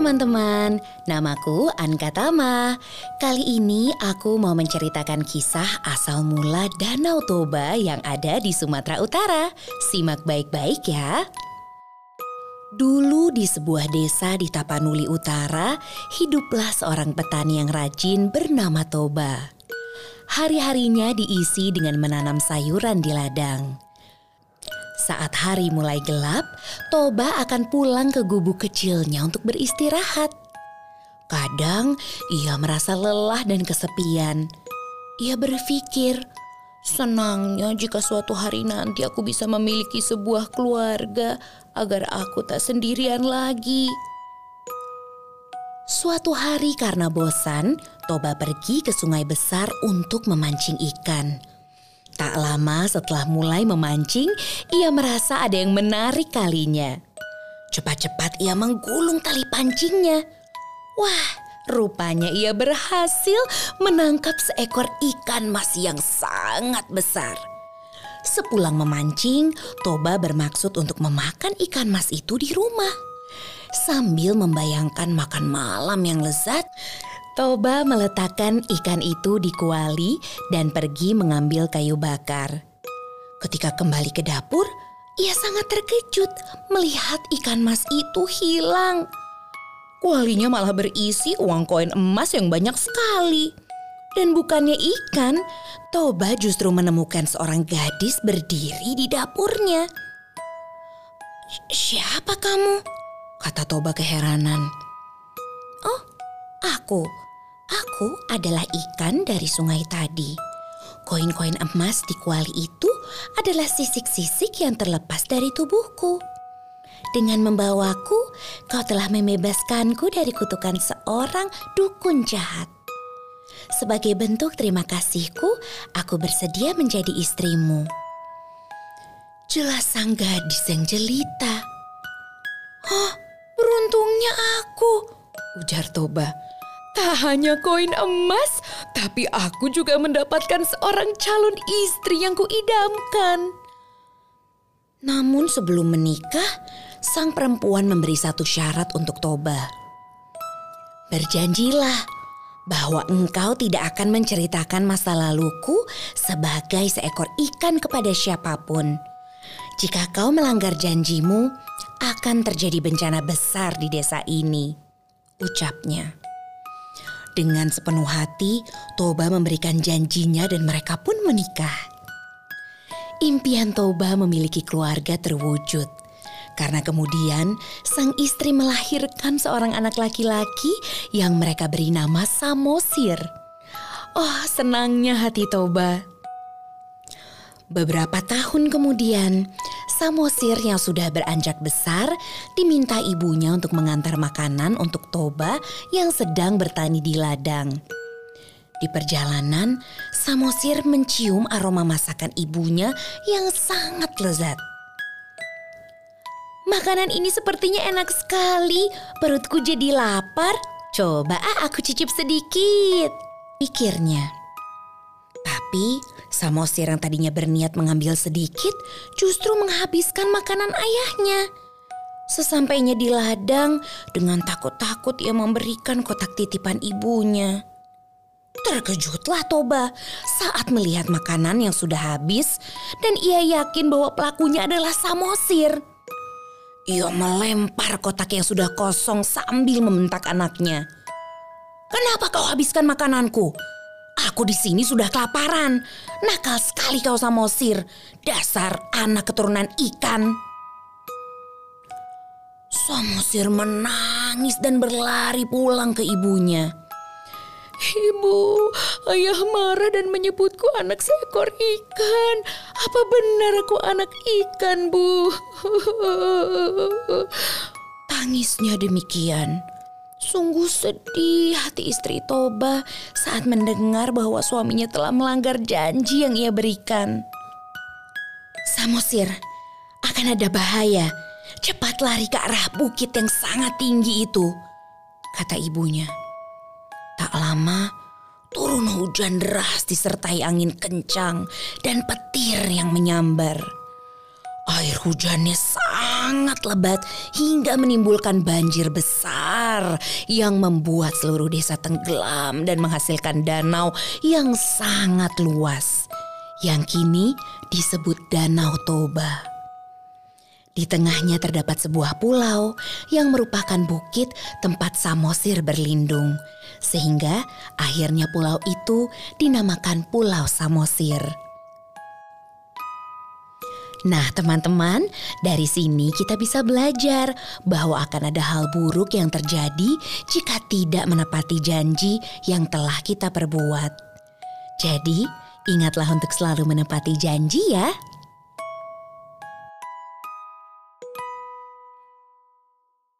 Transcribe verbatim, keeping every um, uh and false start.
teman-teman, namaku Anka Tama. Kali ini aku mau menceritakan kisah asal mula Danau Toba yang ada di Sumatera Utara. Simak baik-baik ya. Dulu di sebuah desa di Tapanuli Utara, hiduplah seorang petani yang rajin bernama Toba. Hari-harinya diisi dengan menanam sayuran di ladang. Saat hari mulai gelap, Toba akan pulang ke gubuk kecilnya untuk beristirahat. Kadang ia merasa lelah dan kesepian. Ia berpikir, senangnya jika suatu hari nanti aku bisa memiliki sebuah keluarga agar aku tak sendirian lagi. Suatu hari karena bosan, Toba pergi ke sungai besar untuk memancing ikan. Tak lama setelah mulai memancing, ia merasa ada yang menarik kalinya. Cepat-cepat ia menggulung tali pancingnya. Wah, rupanya ia berhasil menangkap seekor ikan mas yang sangat besar. Sepulang memancing, Toba bermaksud untuk memakan ikan mas itu di rumah. Sambil membayangkan makan malam yang lezat, Toba meletakkan ikan itu di kuali dan pergi mengambil kayu bakar. Ketika kembali ke dapur, ia sangat terkejut melihat ikan mas itu hilang. Kualinya malah berisi uang koin emas yang banyak sekali. Dan bukannya ikan, Toba justru menemukan seorang gadis berdiri di dapurnya. "Siapa kamu?" kata Toba keheranan. "Oh, aku. Aku adalah ikan dari sungai tadi. Koin-koin emas di kuali itu adalah sisik-sisik yang terlepas dari tubuhku. Dengan membawaku, kau telah membebaskanku dari kutukan seorang dukun jahat. Sebagai bentuk terima kasihku, aku bersedia menjadi istrimu." Jelas sang gadis yang jelita. "Hah, beruntungnya aku," ujar Toba. "Tak hanya koin emas, tapi aku juga mendapatkan seorang calon istri yang kuidamkan." Namun sebelum menikah, sang perempuan memberi satu syarat untuk Toba. "Berjanjilah bahwa engkau tidak akan menceritakan masa laluku sebagai seekor ikan kepada siapapun. Jika kau melanggar janjimu, akan terjadi bencana besar di desa ini," ucapnya. Dengan sepenuh hati, Toba memberikan janjinya dan mereka pun menikah. Impian Toba memiliki keluarga terwujud. Karena kemudian sang istri melahirkan seorang anak laki-laki yang mereka beri nama Samosir. Oh, senangnya hati Toba. Beberapa tahun kemudian, Samosir yang sudah beranjak besar diminta ibunya untuk mengantar makanan untuk Toba yang sedang bertani di ladang. Di perjalanan, Samosir mencium aroma masakan ibunya yang sangat lezat. "Makanan ini sepertinya enak sekali, perutku jadi lapar. Coba ah aku cicip sedikit," pikirnya. Tapi Samosir yang tadinya berniat mengambil sedikit justru menghabiskan makanan ayahnya. Sesampainya di ladang, dengan takut-takut ia memberikan kotak titipan ibunya. Terkejutlah Toba saat melihat makanan yang sudah habis dan ia yakin bahwa pelakunya adalah Samosir. Ia melempar kotak yang sudah kosong sambil membentak anaknya. "Kenapa kau habiskan makananku? Aku di sini sudah kelaparan. Nakal sekali kau Samosir, dasar anak keturunan ikan." Samosir menangis dan berlari pulang ke ibunya. "Ibu, ayah marah dan menyebutku anak seekor ikan. Apa benar aku anak ikan, Bu?" Tangisnya demikian. Sungguh sedih hati istri Toba saat mendengar bahwa suaminya telah melanggar janji yang ia berikan. "Samosir, akan ada bahaya. Cepat lari ke arah bukit yang sangat tinggi itu," kata ibunya. Tak lama, turun hujan deras disertai angin kencang dan petir yang menyambar. Air hujannya sangat lebat hingga menimbulkan banjir besar besar yang membuat seluruh desa tenggelam dan menghasilkan danau yang sangat luas, yang kini disebut Danau Toba. Di tengahnya terdapat sebuah pulau yang merupakan bukit tempat Samosir berlindung, sehingga akhirnya pulau itu dinamakan Pulau Samosir. Nah teman-teman, dari sini kita bisa belajar bahwa akan ada hal buruk yang terjadi jika tidak menepati janji yang telah kita perbuat. Jadi, ingatlah untuk selalu menepati janji ya.